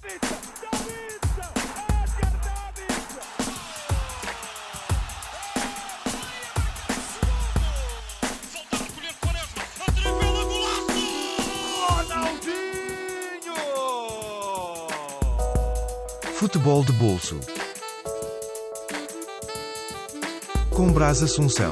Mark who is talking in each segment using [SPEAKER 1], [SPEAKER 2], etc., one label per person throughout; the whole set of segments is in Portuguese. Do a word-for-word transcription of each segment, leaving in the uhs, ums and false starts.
[SPEAKER 1] Futebol de bolso. Com Brás Assunção.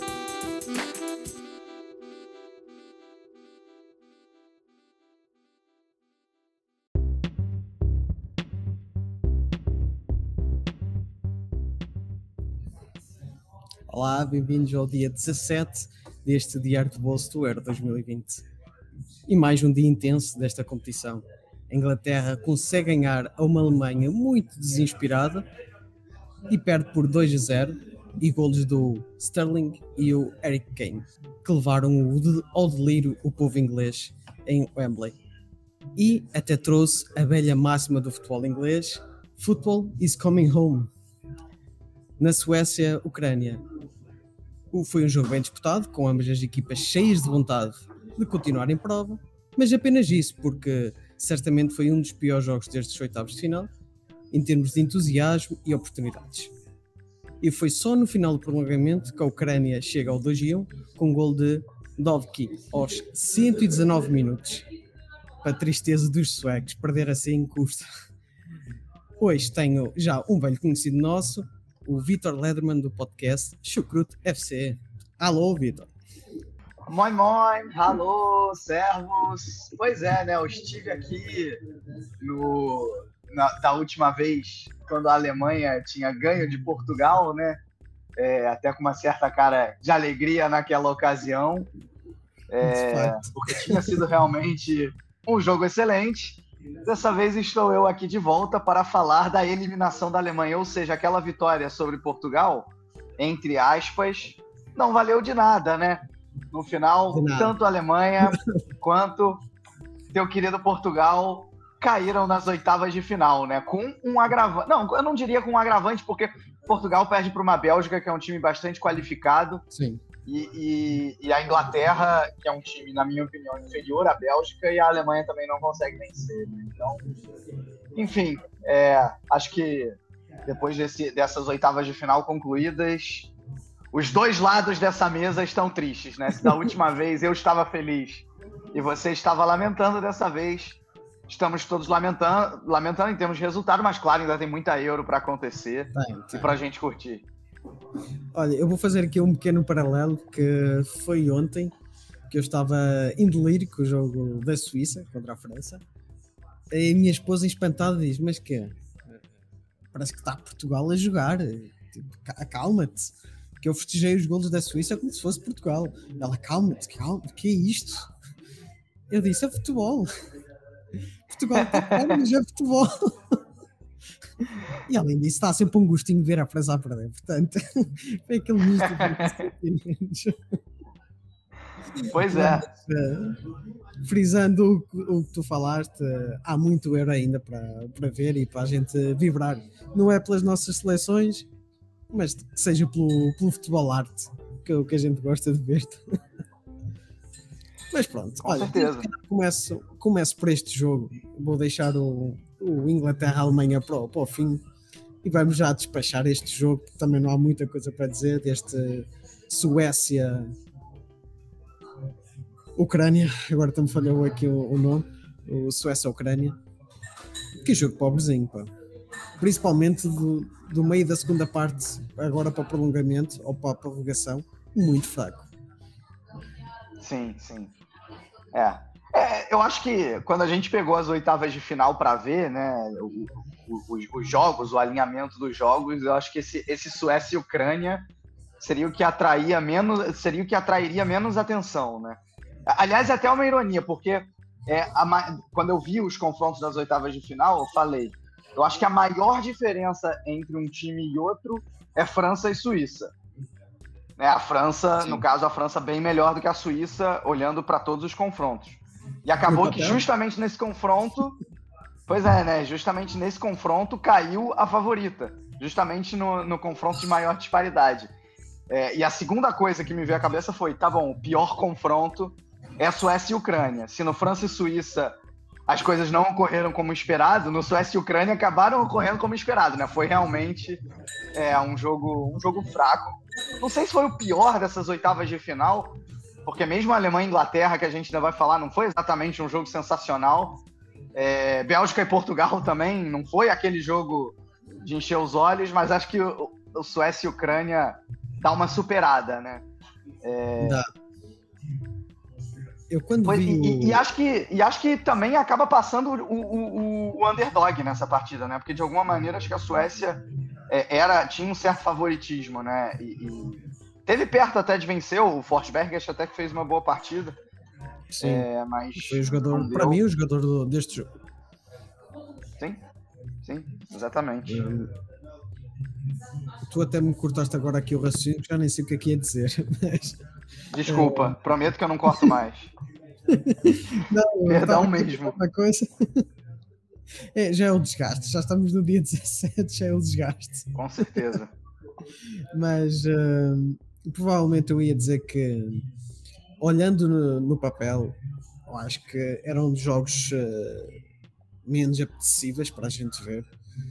[SPEAKER 2] Olá, bem-vindos ao dia dezassete deste Diário de Bolso do Euro dois mil e vinte. E mais um dia intenso desta competição. A Inglaterra consegue ganhar a uma Alemanha muito desinspirada e perde por dois a zero, e golos do Sterling e o Eric Kane, que levaram ao delírio o povo inglês em Wembley. E até trouxe a velha máxima do futebol inglês: Football is coming home. Na Suécia, Ucrânia, foi um jogo bem disputado, com ambas as equipas cheias de vontade de continuar em prova, mas apenas isso, porque certamente foi um dos piores jogos destes oitavos de final, em termos de entusiasmo e oportunidades. E foi só no final do prolongamento que a Ucrânia chega ao dois a um, com um gol de Dovki aos cento e dezanove minutos. Para a tristeza dos suecos, perder assim custa. Hoje tenho já um velho conhecido nosso, o Vitor Lederman, do podcast Chucrute F C. Alô, Vitor.
[SPEAKER 3] Moin, moin, alô, servos. Pois é, né, eu estive aqui no, na, da última vez, quando a Alemanha tinha ganho de Portugal, né, é, até com uma certa cara de alegria naquela ocasião, é, porque tinha sido realmente um jogo excelente. Dessa vez estou eu aqui de volta para falar da eliminação da Alemanha, ou seja, aquela vitória sobre Portugal, entre aspas, não valeu de nada, né? No final, tanto a Alemanha quanto teu querido Portugal caíram nas oitavas de final, né? Com um agravante. Não, eu não diria com um agravante, porque Portugal perde para uma Bélgica, que é um time bastante qualificado.
[SPEAKER 2] Sim.
[SPEAKER 3] E, e, e a Inglaterra, que é um time, na minha opinião, inferior à Bélgica, e a Alemanha também não consegue vencer. Né? Então, enfim, é, acho que depois desse, dessas oitavas de final concluídas, os dois lados dessa mesa estão tristes, né? Se da última vez eu estava feliz e você estava lamentando, dessa vez estamos todos lamentando, lamentando em termos de resultado, mas claro, ainda tem muita Euro para acontecer tem, tem. e para a gente curtir.
[SPEAKER 2] Olha, eu vou fazer aqui um pequeno paralelo, que foi ontem que eu estava em delírio com o jogo da Suíça contra a França, e a minha esposa espantada diz: mas que parece que está Portugal a jogar, tipo, acalma-te. Que eu festejei os golos da Suíça como se fosse Portugal. Ela: calma-te, calma-te, que é isto? Eu disse: é futebol. Portugal está claro, mas é futebol. E além disso, está sempre um gostinho de ver a França a perder. Portanto, foi aquele misto de sentimentos.
[SPEAKER 3] Pois é.
[SPEAKER 2] Mas, frisando o, o que tu falaste, há muito Euro ainda para, para ver e para a gente vibrar. Não é pelas nossas seleções, mas que seja pelo, pelo futebol arte, que é o que a gente gosta de ver. Mas pronto,
[SPEAKER 3] com
[SPEAKER 2] olha,
[SPEAKER 3] certeza.
[SPEAKER 2] Começo, começo por este jogo. Vou deixar o, o Inglaterra-Alemanha para, o- para o fim e vamos já despachar este jogo, porque também não há muita coisa para dizer deste Suécia-Ucrânia. Agora também falhou aqui o, o nome, o Suécia-Ucrânia. Que jogo pobrezinho, pá. Principalmente do, do meio da segunda parte, agora para o prolongamento ou para a prorrogação, muito fraco.
[SPEAKER 3] Sim, sim. É. É, eu acho que quando a gente pegou as oitavas de final para ver, né, o, o, os, os jogos, o alinhamento dos jogos, eu acho que esse, esse Suécia e Ucrânia seria o que atraía menos, seria o que atrairia menos atenção, né? Aliás, é até uma ironia, porque é, a, quando eu vi os confrontos das oitavas de final, eu falei, eu acho que a maior diferença entre um time e outro é França e Suíça. Né, a França, Sim. no caso, a França bem melhor do que a Suíça, olhando para todos os confrontos. E acabou que justamente nesse confronto, pois é, né? Justamente nesse confronto caiu a favorita. Justamente no, no confronto de maior disparidade. É, e a segunda coisa que me veio à cabeça foi, tá bom, o pior confronto é Suécia e Ucrânia. Se no França e Suíça as coisas não ocorreram como esperado, no Suécia e Ucrânia acabaram ocorrendo como esperado, né? Foi realmente é, um, jogo, um jogo fraco. Não sei se foi o pior dessas oitavas de final, porque mesmo a Alemanha e Inglaterra, que a gente ainda vai falar, não foi exatamente um jogo sensacional. É, Bélgica e Portugal também não foi aquele jogo de encher os olhos, mas acho que o, o Suécia e Ucrânia dá uma superada, né? É...
[SPEAKER 2] Dá. Eu quando
[SPEAKER 3] Foi,
[SPEAKER 2] vi
[SPEAKER 3] e,
[SPEAKER 2] o...
[SPEAKER 3] e, acho que, e acho que também acaba passando o, o, o underdog nessa partida, né? Porque de alguma maneira acho que a Suécia é, era, tinha um certo favoritismo, né? E, e teve perto até de vencer, o Forsberg acho até que fez uma boa partida.
[SPEAKER 2] Sim,
[SPEAKER 3] é, mas
[SPEAKER 2] foi o jogador, para mim, o jogador do, deste jogo.
[SPEAKER 3] Sim, sim, exatamente.
[SPEAKER 2] Um, tu até me cortaste agora aqui o raciocínio, já nem sei o que é que ia dizer. Mas,
[SPEAKER 3] Desculpa,
[SPEAKER 2] é...
[SPEAKER 3] prometo que eu não corto mais.
[SPEAKER 2] Não,
[SPEAKER 3] Perdão mesmo.
[SPEAKER 2] Coisa. É, já é o desgaste, já estamos no dia dezassete, já é o desgaste.
[SPEAKER 3] Com certeza.
[SPEAKER 2] Mas uh, provavelmente eu ia dizer que, olhando no, no papel, eu acho que eram um dos jogos uh, menos apetecíveis para a gente ver.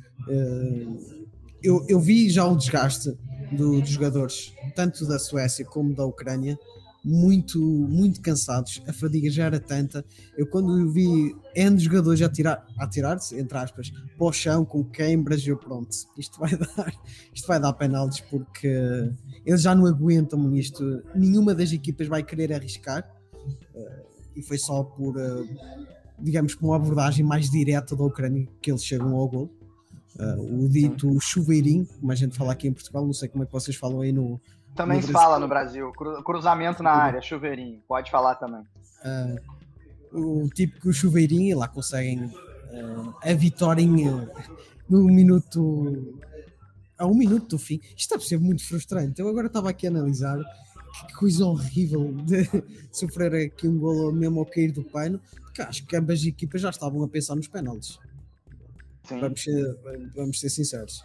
[SPEAKER 2] Uh, eu, eu vi já o desgaste do, dos jogadores, tanto da Suécia como da Ucrânia, muito, muito cansados. A fadiga já era tanta. Eu quando vi N jogadores a tirar, a tirar-se, entre aspas, para o chão com queimbras, eu pronto, isto vai dar, isto vai dar penaltis, porque eles já não aguentam isto. Nenhuma das equipas vai querer arriscar, uh, e foi só por, uh, digamos, por uma abordagem mais direta da Ucrânia que eles chegam ao gol. Uh, o dito Sim. chuveirinho, como a gente fala aqui em Portugal, não sei como é que vocês falam aí no
[SPEAKER 3] Também no se fala no Brasil, cruzamento na área, chuveirinho, pode falar também.
[SPEAKER 2] Uh, o típico chuveirinho, e lá conseguem uh, a vitória em, uh, no minuto, a um minuto do fim. Isto está a ser muito frustrante. Eu agora estava aqui a analisar que coisa horrível de sofrer aqui um golo mesmo ao cair do pano, porque acho que ambas as equipas já estavam a pensar nos penaltis. Vamos ser, vamos ser sinceros.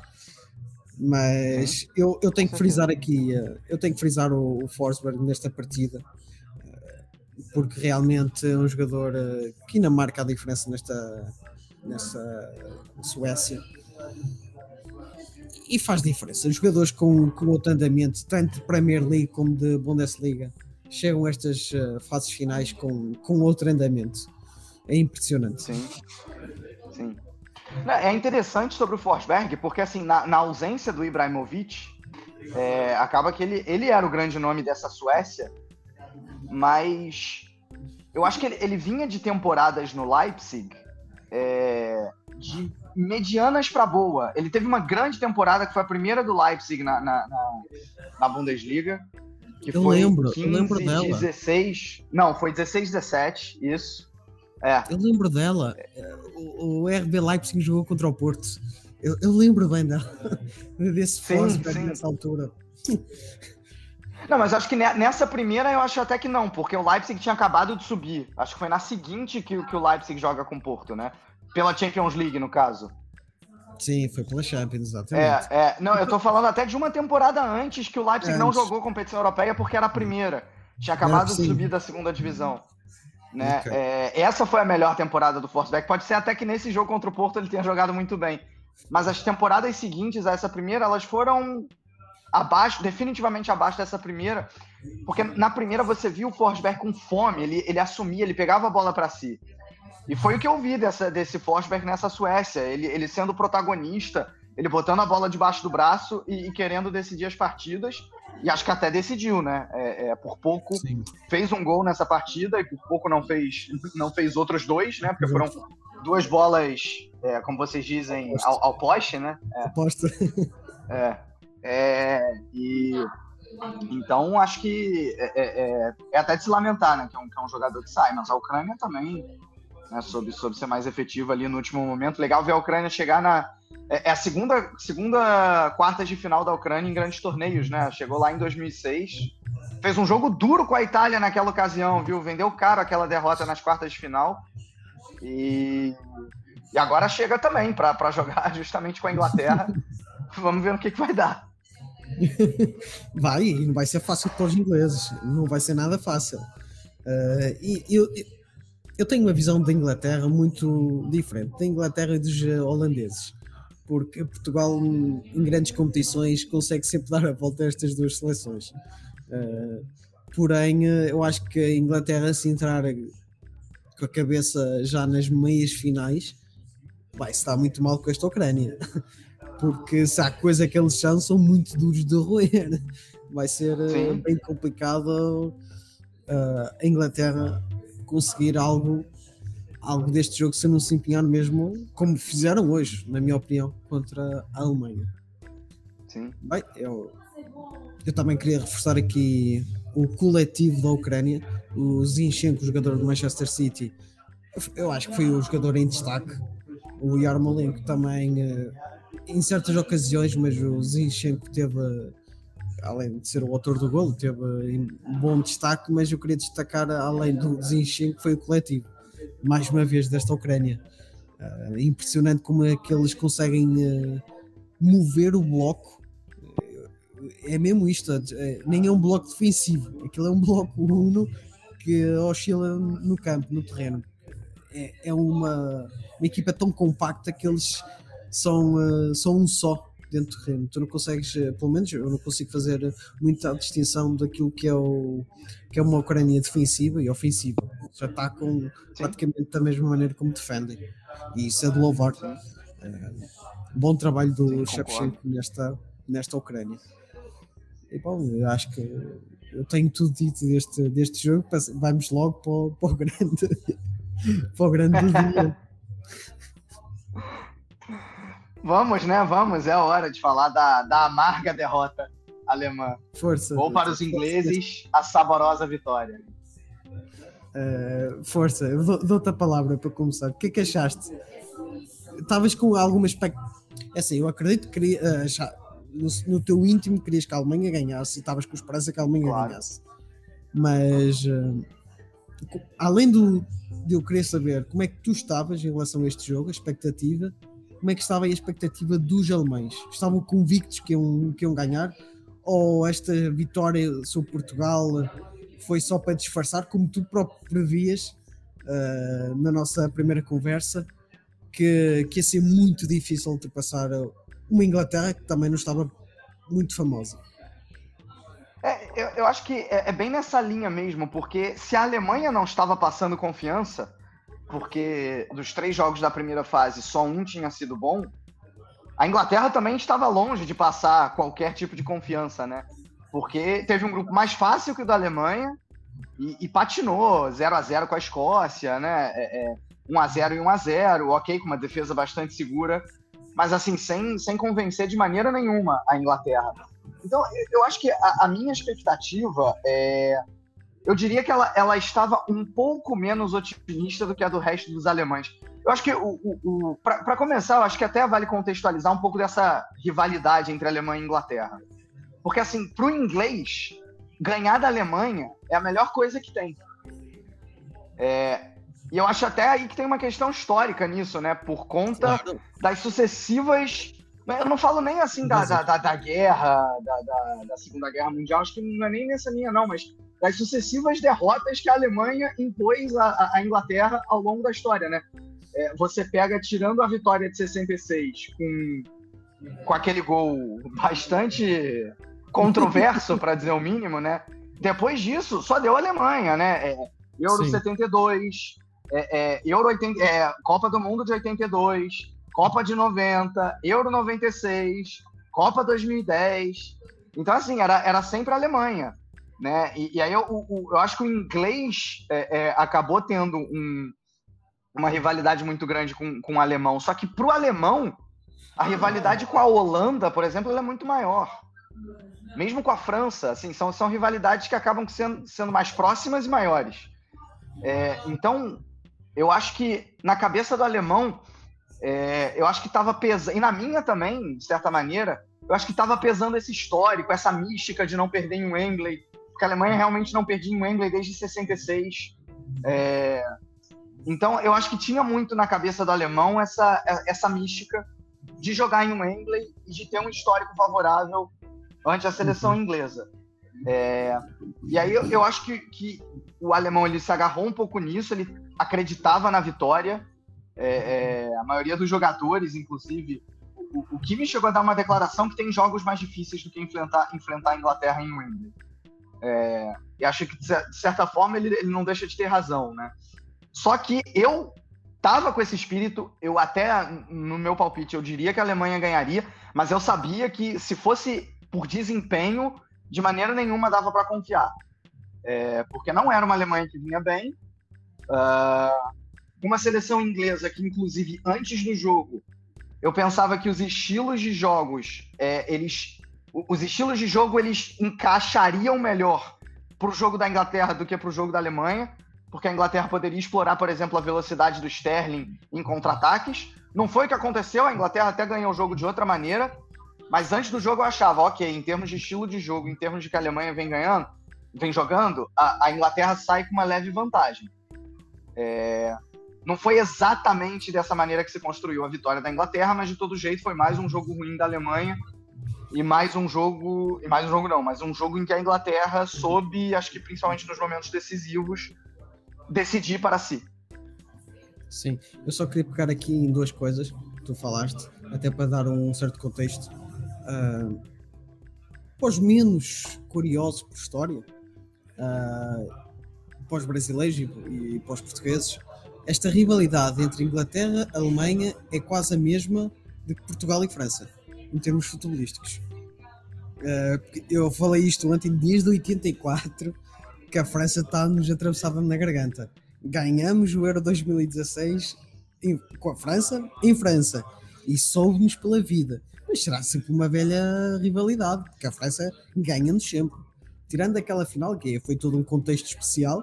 [SPEAKER 2] Mas eu, eu tenho que frisar aqui, eu tenho que frisar o, o Forsberg nesta partida, porque realmente é um jogador que ainda marca a diferença nesta, nesta Suécia e faz diferença. Os jogadores com, com outro andamento, tanto de Premier League como de Bundesliga, chegam a estas fases finais com, com outro andamento. É impressionante.
[SPEAKER 3] Sim, sim. É interessante sobre o Forsberg, porque assim, na, na ausência do Ibrahimovic, é, acaba que ele, ele era o grande nome dessa Suécia, mas eu acho que ele, ele vinha de temporadas no Leipzig é, de medianas para boa. Ele teve uma grande temporada que foi a primeira do Leipzig na, na, na, na Bundesliga, que
[SPEAKER 2] eu
[SPEAKER 3] foi
[SPEAKER 2] lembro,
[SPEAKER 3] quinze,
[SPEAKER 2] eu lembro dela.
[SPEAKER 3] dezesseis, não, foi dezesseis, dezessete, isso. É.
[SPEAKER 2] Eu lembro dela. O, o R B Leipzig jogou contra o Porto. Eu, eu lembro bem dela. Desse Forsberg nessa altura.
[SPEAKER 3] Não, mas acho que nessa primeira eu acho até que não, porque o Leipzig tinha acabado de subir. Acho que foi na seguinte que, que o Leipzig joga com o Porto, né? Pela Champions League, no caso.
[SPEAKER 2] Sim, foi pela Champions, exatamente.
[SPEAKER 3] É, é, não, eu tô falando até de uma temporada antes que o Leipzig é, não jogou competição europeia porque era a primeira. Tinha acabado de subir da segunda divisão. Né? Okay. É, essa foi a melhor temporada do Forsberg. Pode ser até que nesse jogo contra o Porto ele tenha jogado muito bem, mas as temporadas seguintes a essa primeira, elas foram abaixo, definitivamente abaixo dessa primeira, porque na primeira você viu o Forsberg com fome, ele, ele assumia, ele pegava a bola para si, e foi o que eu vi dessa, desse Forsberg nessa Suécia, ele, ele sendo protagonista, ele botando a bola debaixo do braço e, e querendo decidir as partidas. E acho que até decidiu, né? É, é, por pouco Sim. fez um gol nessa partida e por pouco não fez, não fez outros dois, né? Porque foram duas bolas, é, como vocês dizem, ao, ao poste, né? É.
[SPEAKER 2] Aposta.
[SPEAKER 3] É, é, e então acho que é, é, é até de se lamentar, né? Que é, um, que é um jogador que sai, mas a Ucrânia também, né, soube, soube ser mais efetiva ali no último momento. Legal ver a Ucrânia chegar na... É a segunda, segunda quartas de final da Ucrânia em grandes torneios, né? Chegou lá em dois mil e seis. Fez um jogo duro com a Itália naquela ocasião, viu? Vendeu caro aquela derrota nas quartas de final. E, e agora chega também para jogar justamente com a Inglaterra. Vamos ver o que, que vai dar.
[SPEAKER 2] Vai, e não vai ser fácil para os ingleses. Não vai ser nada fácil. Uh, e, e eu tenho uma visão da Inglaterra muito diferente, da Inglaterra e dos uh, holandeses, porque Portugal em grandes competições consegue sempre dar a volta a estas duas seleções. Uh, porém, uh, eu acho que a Inglaterra, se entrar com a cabeça já nas meias finais, vai estar muito mal com esta Ucrânia, porque se há coisa que eles são, são muito duros de roer. Vai ser uh, bem complicado uh, a Inglaterra conseguir algo, algo deste jogo se não se empenhar mesmo como fizeram hoje, na minha opinião, contra a Alemanha.
[SPEAKER 3] Sim.
[SPEAKER 2] Bem, eu, eu também queria reforçar aqui o coletivo da Ucrânia, o Zinchenko, jogador do Manchester City. Eu acho que foi o jogador em destaque. O Yarmolenko também, em certas ocasiões, mas o Zinchenko teve, além de ser o autor do golo, teve um bom destaque, mas eu queria destacar, além do Zinchenko, foi o coletivo, mais uma vez, desta Ucrânia. Uh, impressionante como é que eles conseguem uh, mover o bloco. É mesmo isto, é, nem é um bloco defensivo, aquilo é um bloco uno que oscila no campo, no terreno. É, é uma, uma equipa tão compacta que eles são, uh, são um só dentro do terreno. Tu não consegues, pelo menos eu não consigo fazer muita distinção daquilo que é, o, que é uma Ucrânia defensiva e ofensiva. Já atacam praticamente da mesma maneira como defendem, e isso é de louvar. Uh, bom trabalho do Shevchenko nesta, nesta Ucrânia. E bom, eu acho que eu tenho tudo dito deste, deste jogo. Vamos logo para o, para o grande para o grande do dia.
[SPEAKER 3] Vamos, né? Vamos, é a hora de falar da, da amarga derrota alemã.
[SPEAKER 2] Força.
[SPEAKER 3] Ou para os ingleses, a saborosa vitória.
[SPEAKER 2] Uh, força, eu dou, dou-te a palavra para começar. O que é que achaste? Estavas com alguma expectativa? É assim, eu acredito que queria, uh, já, no, no teu íntimo querias que a Alemanha ganhasse e estavas com esperança que a Alemanha claro. ganhasse. Mas uh, além do, de eu querer saber como é que tu estavas em relação a este jogo, a expectativa, como é que estava a expectativa dos alemães? Estavam convictos que iam, que iam ganhar? Ou esta vitória sobre Portugal foi só para disfarçar, como tu próprio previas uh, na nossa primeira conversa, que, que ia ser muito difícil ultrapassar uma Inglaterra que também não estava muito famosa?
[SPEAKER 3] É, eu, eu acho que é, é bem nessa linha mesmo, porque se a Alemanha não estava passando confiança, porque dos três jogos da primeira fase só um tinha sido bom, a Inglaterra também estava longe de passar qualquer tipo de confiança, né? Porque teve um grupo mais fácil que o da Alemanha e, e patinou zero a zero com a Escócia, né? É, é, um a zero e um a zero, ok, com uma defesa bastante segura, mas assim, sem, sem convencer de maneira nenhuma a Inglaterra. Então, eu acho que a, a minha expectativa é... Eu diria que ela, ela estava um pouco menos otimista do que a do resto dos alemães. Eu acho que, o, o, o, para começar, eu acho que até vale contextualizar um pouco dessa rivalidade entre Alemanha e Inglaterra. Porque, assim, para o inglês, ganhar da Alemanha é a melhor coisa que tem. É, e eu acho até aí que tem uma questão histórica nisso, né? Por conta claro. das sucessivas... Eu não falo nem assim da, da, da, da guerra, da, da, da Segunda Guerra Mundial, acho que não é nem nessa linha, não, mas das sucessivas derrotas que a Alemanha impôs à, à Inglaterra ao longo da história, né? É, você pega, tirando a vitória de sessenta e seis, com, com aquele gol bastante controverso, para dizer o mínimo, né? Depois disso, só deu a Alemanha, né? É, Euro Sim. setenta e dois, é, é, Euro oitenta, é, Copa do Mundo de oitenta e dois, Copa de noventa, Euro noventa e seis, Copa dois mil e dez. Então, assim, era, era sempre a Alemanha, né? E, e aí eu, eu, eu acho que o inglês é, é, acabou tendo um, uma rivalidade muito grande com, com o alemão. Só que para o alemão, a rivalidade com a Holanda, por exemplo, ela é muito maior. Mesmo com a França, assim, são, são rivalidades que acabam sendo, sendo mais próximas e maiores. É, então, eu acho que na cabeça do alemão, É, eu acho que estava pesando, e na minha também, de certa maneira, eu acho que estava pesando esse histórico, essa mística de não perder em Wembley, porque a Alemanha realmente não perdia em Wembley desde sessenta e seis. É, então, eu acho que tinha muito na cabeça do alemão essa, essa mística de jogar em Wembley e de ter um histórico favorável ante a seleção inglesa. É, e aí eu, eu acho que, que o alemão ele se agarrou um pouco nisso, ele acreditava na vitória. É, é, a maioria dos jogadores, inclusive, o, o Kimmich chegou a dar uma declaração que tem jogos mais difíceis do que enfrentar, enfrentar a Inglaterra em Wembley. É, e acho que, de certa forma, ele, ele não deixa de ter razão, né? Só que eu tava com esse espírito, eu até, no meu palpite, eu diria que a Alemanha ganharia, mas eu sabia que, se fosse por desempenho, de maneira nenhuma dava para confiar. É, porque não era uma Alemanha que vinha bem, uh, uma seleção inglesa que, inclusive, antes do jogo, eu pensava que os estilos de jogos, é, eles, os estilos de jogo, eles encaixariam melhor para o jogo da Inglaterra do que para o jogo da Alemanha, porque a Inglaterra poderia explorar, por exemplo, a velocidade do Sterling em contra-ataques. Não foi o que aconteceu, a Inglaterra até ganhou o jogo de outra maneira, mas antes do jogo eu achava, ok, em termos de estilo de jogo, em termos de que a Alemanha vem ganhando, vem jogando, a, a Inglaterra sai com uma leve vantagem. É... Não foi exatamente dessa maneira que se construiu a vitória da Inglaterra, mas de todo jeito foi mais um jogo ruim da Alemanha e mais um jogo, e mais um jogo não, mas um jogo em que a Inglaterra soube, acho que principalmente nos momentos decisivos, decidir para si.
[SPEAKER 2] Sim, eu só queria pegar aqui em duas coisas que tu falaste, até para dar um certo contexto. Uh, para os menos curiosos por história, uh, para os brasileiros e, e para os portugueses, esta rivalidade entre Inglaterra e Alemanha é quase a mesma de Portugal e França, em termos futebolísticos. Uh, eu falei isto ontem, desde oitenta e quatro, que a França está-nos atravessada na garganta. Ganhamos o Euro dois mil e dezasseis em, com a França, em França, e soube-nos pela vida. Mas será sempre uma velha rivalidade, porque a França ganha-nos sempre. Tirando aquela final, que foi todo um contexto especial,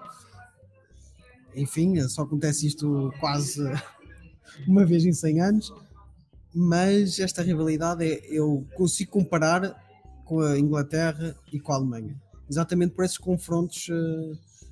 [SPEAKER 2] enfim, só acontece isto quase uma vez em cem anos, mas esta rivalidade é, eu consigo comparar com a Inglaterra e com a Alemanha, exatamente por esses confrontos uh,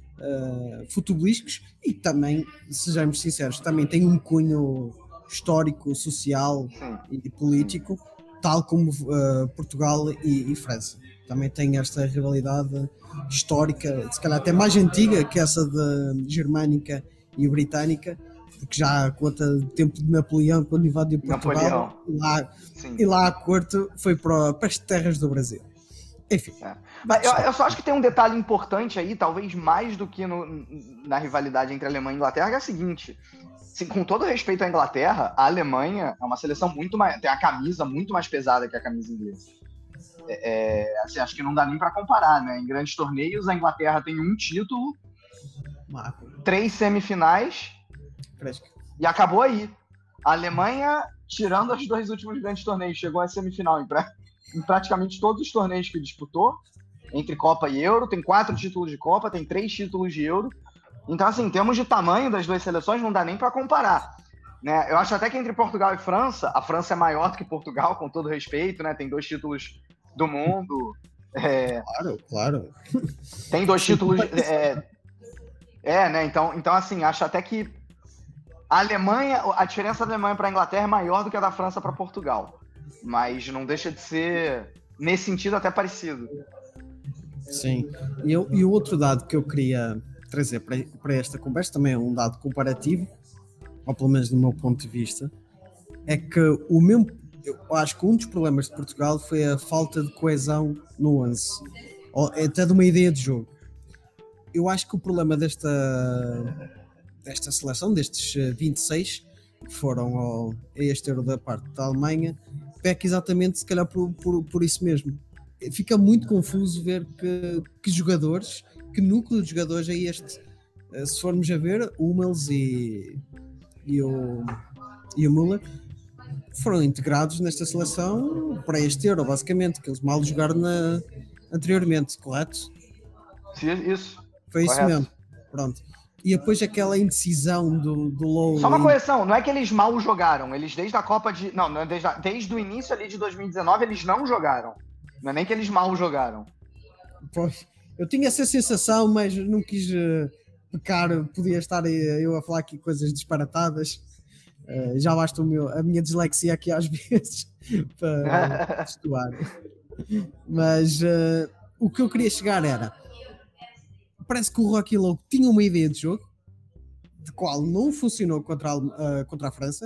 [SPEAKER 2] uh, futebolísticos, e também, sejamos sinceros, também tem um cunho histórico, social e, e político, tal como uh, Portugal e, e França. Também tem esta rivalidade histórica, se calhar até mais antiga que essa de germânica e britânica, porque já conta do tempo de Napoleão, quando invadiu Portugal, e lá, e lá a corte foi para, para as terras do Brasil. Enfim.
[SPEAKER 3] É. Mas eu, eu só acho que tem um detalhe importante aí, talvez mais do que no, na rivalidade entre Alemanha e Inglaterra, que é a seguinte: assim, com todo respeito à Inglaterra, a Alemanha é uma seleção muito mais, tem a camisa muito mais pesada que a camisa inglesa. É, é, assim, acho que não dá nem para comparar, né? Em grandes torneios, a Inglaterra tem um título, Marco. três semifinais
[SPEAKER 2] Fresca.
[SPEAKER 3] E acabou aí. A Alemanha, tirando os dois últimos grandes torneios, chegou à semifinal em, pra, em praticamente todos os torneios que disputou, entre Copa e Euro, tem quatro títulos de Copa, tem três títulos de Euro. Então, assim, em termos de tamanho das duas seleções, não dá nem para comparar. Né? Eu acho até que entre Portugal e França, a França é maior do que Portugal, com todo respeito, né? Tem dois títulos do mundo. É...
[SPEAKER 2] Claro, claro.
[SPEAKER 3] Tem dois títulos... É, é né? Então, então, assim, acho até que a Alemanha, a diferença da Alemanha para a Inglaterra é maior do que a da França para Portugal. Mas não deixa de ser, nesse sentido, até parecido.
[SPEAKER 2] Sim. E, eu, e o outro dado que eu queria trazer para, para esta conversa, também é um dado comparativo, ou pelo menos do meu ponto de vista, é que o mesmo, eu acho que um dos problemas de Portugal foi a falta de coesão no onze, ou até de uma ideia de jogo. Eu acho que o problema desta, desta seleção, destes vinte e seis que foram ao, a este Euro da parte da Alemanha, peca exatamente, se calhar, por, por, por isso mesmo. Fica muito confuso ver que, que jogadores, que núcleo de jogadores é este. Se formos a ver, o Hummels e, e, o, e o Müller foram integrados nesta seleção para este Euro, basicamente, que eles mal jogaram na, anteriormente, correto?
[SPEAKER 3] Sim, isso.
[SPEAKER 2] Foi isso mesmo. Pronto. E depois aquela indecisão do, do Low.
[SPEAKER 3] Só uma correção, não é que eles mal jogaram, eles desde a Copa de. Não, não é desde, a, desde o início ali de dois mil e dezenove, eles não jogaram. Não é nem que eles mal jogaram.
[SPEAKER 2] Pois, eu tinha essa sensação, mas não quis uh, pecar, podia estar eu a falar aqui coisas disparatadas. Uh, já basta o meu, a minha dislexia aqui às vezes para situar. Mas uh, o que eu queria chegar era, parece que o Rocky Low tinha uma ideia de jogo, de qual não funcionou contra a, uh, contra a França,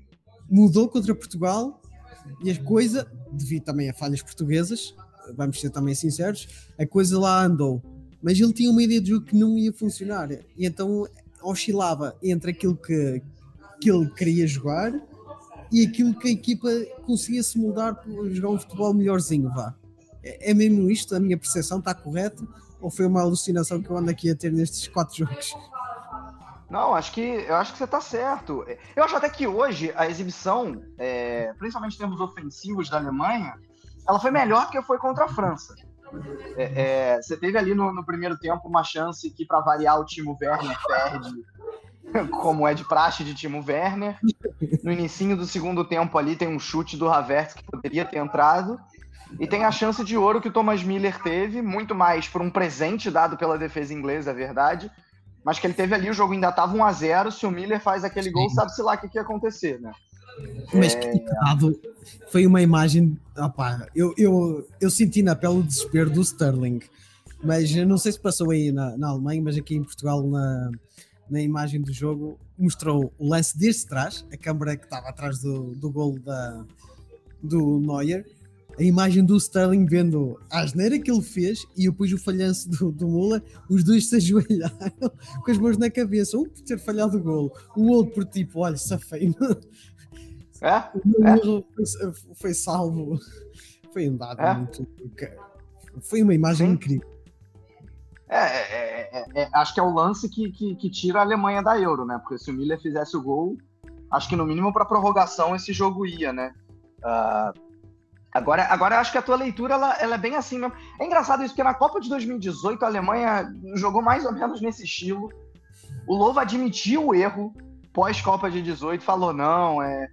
[SPEAKER 2] mudou contra Portugal, e a coisa, devido também a falhas portuguesas, vamos ser também sinceros, a coisa lá andou. Mas ele tinha uma ideia de jogo que não ia funcionar, e então oscilava entre aquilo que, que ele queria jogar e aquilo que a equipa conseguia se moldar para jogar um futebol melhorzinho, vá. É, é mesmo isto? A minha percepção está correta? Ou foi uma alucinação que eu ando aqui a ter nestes quatro jogos?
[SPEAKER 3] Não, acho que, eu acho que você está certo. Eu acho até que hoje a exibição, é, principalmente em termos ofensivos da Alemanha, ela foi melhor que foi contra a França. É, é, você teve ali no, no primeiro tempo uma chance que, para variar, o Timo Werner perde, como é de praxe de Timo Werner. No inicinho do segundo tempo ali tem um chute do Havertz que poderia ter entrado, e tem a chance de ouro que o Thomas Müller teve, muito mais por um presente dado pela defesa inglesa, é verdade, mas que ele teve ali, o jogo ainda estava um a zero, se o Müller faz aquele gol, sabe-se lá o que, que ia acontecer, né?
[SPEAKER 2] Mas é... que pecado, foi uma imagem, opa, eu, eu, eu senti na pele o desespero do Sterling, mas eu não sei se passou aí na, na Alemanha, mas aqui em Portugal, na, na imagem do jogo, mostrou o lance desde trás, a câmara que estava atrás do, do golo da, do Neuer, a imagem do Sterling vendo a asneira que ele fez e depois o falhanço do, do Müller, os dois se ajoelharam com as mãos na cabeça, um por ter falhado o golo, o outro por tipo, olha, safei-me.
[SPEAKER 3] É?
[SPEAKER 2] O é? Foi, foi salvo, foi um dado é? muito. Foi uma imagem Sim. incrível.
[SPEAKER 3] É, é, é, é, acho que é o lance que, que, que tira a Alemanha da Euro, né? Porque se o Müller fizesse o gol, acho que no mínimo para prorrogação esse jogo ia, né? Uh, agora, agora acho que a tua leitura ela, ela é bem assim mesmo. É engraçado isso, porque na Copa de dois mil e dezoito a Alemanha jogou mais ou menos nesse estilo. O Löw admitiu o erro pós-Copa de dezoito, falou: não, é.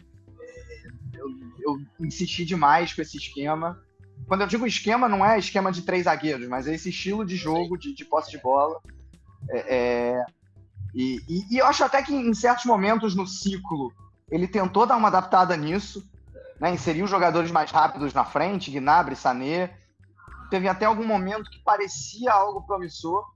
[SPEAKER 3] Eu, eu insisti demais com esse esquema. Quando eu digo esquema, não é esquema de três zagueiros, mas é esse estilo de jogo, de, de posse de bola. É, é, e, e, e eu acho até que em certos momentos no ciclo ele tentou dar uma adaptada nisso, né, inseriu jogadores mais rápidos na frente, Gnabry, Sané. Teve até algum momento que parecia algo promissor.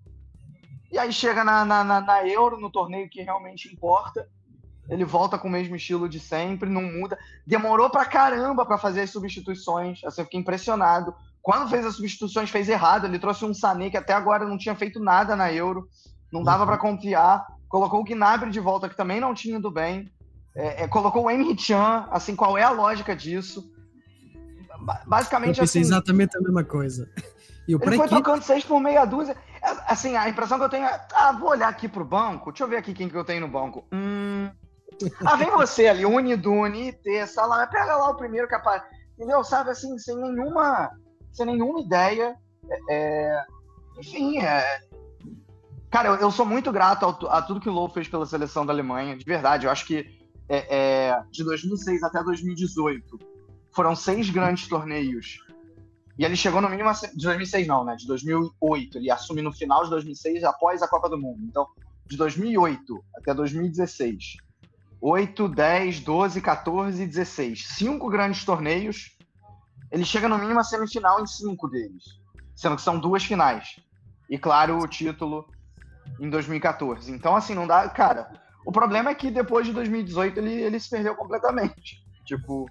[SPEAKER 3] E aí chega na, na, na, na Euro, no torneio que realmente importa. Ele volta com o mesmo estilo de sempre, não muda. Demorou pra caramba pra fazer as substituições. Assim, eu fiquei impressionado. Quando fez as substituições, fez errado. Ele trouxe um Sané que até agora não tinha feito nada na Euro. Não dava pra confiar. Colocou o Gnabry de volta, que também não tinha ido bem. É, é, colocou o Emre Can. Assim, qual é a lógica disso? Basicamente,
[SPEAKER 2] eu pensei
[SPEAKER 3] assim...
[SPEAKER 2] exatamente a mesma coisa.
[SPEAKER 3] E ele foi tocando seis por meia dúzia. Assim, a impressão que eu tenho é... Ah, vou olhar aqui pro banco. Deixa eu ver aqui quem que eu tenho no banco. Hum... Ah, vem você ali, Unidune, T, Sala, pega lá o primeiro que aparece, entendeu? Sabe, assim, sem nenhuma, sem nenhuma ideia. É... Enfim, é... Cara, eu, eu sou muito grato ao, a tudo que o Löw fez pela seleção da Alemanha, de verdade. Eu acho que é, é, de dois mil e seis até dois mil e dezoito foram seis grandes torneios. E ele chegou no mínimo... De dois mil e seis não, né? De dois mil e oito. Ele assume no final de dois mil e seis, após a Copa do Mundo. Então, de dois mil e oito até dois mil e dezesseis... oito, dez, doze, quatorze e dezesseis. Cinco grandes torneios. Ele chega no mínimo a semifinal em cinco deles. Sendo que são duas finais. E, claro, o título em dois mil e quatorze. Então, assim, não dá... Cara, o problema é que depois de dois mil e dezoito ele, ele se perdeu completamente. Tipo,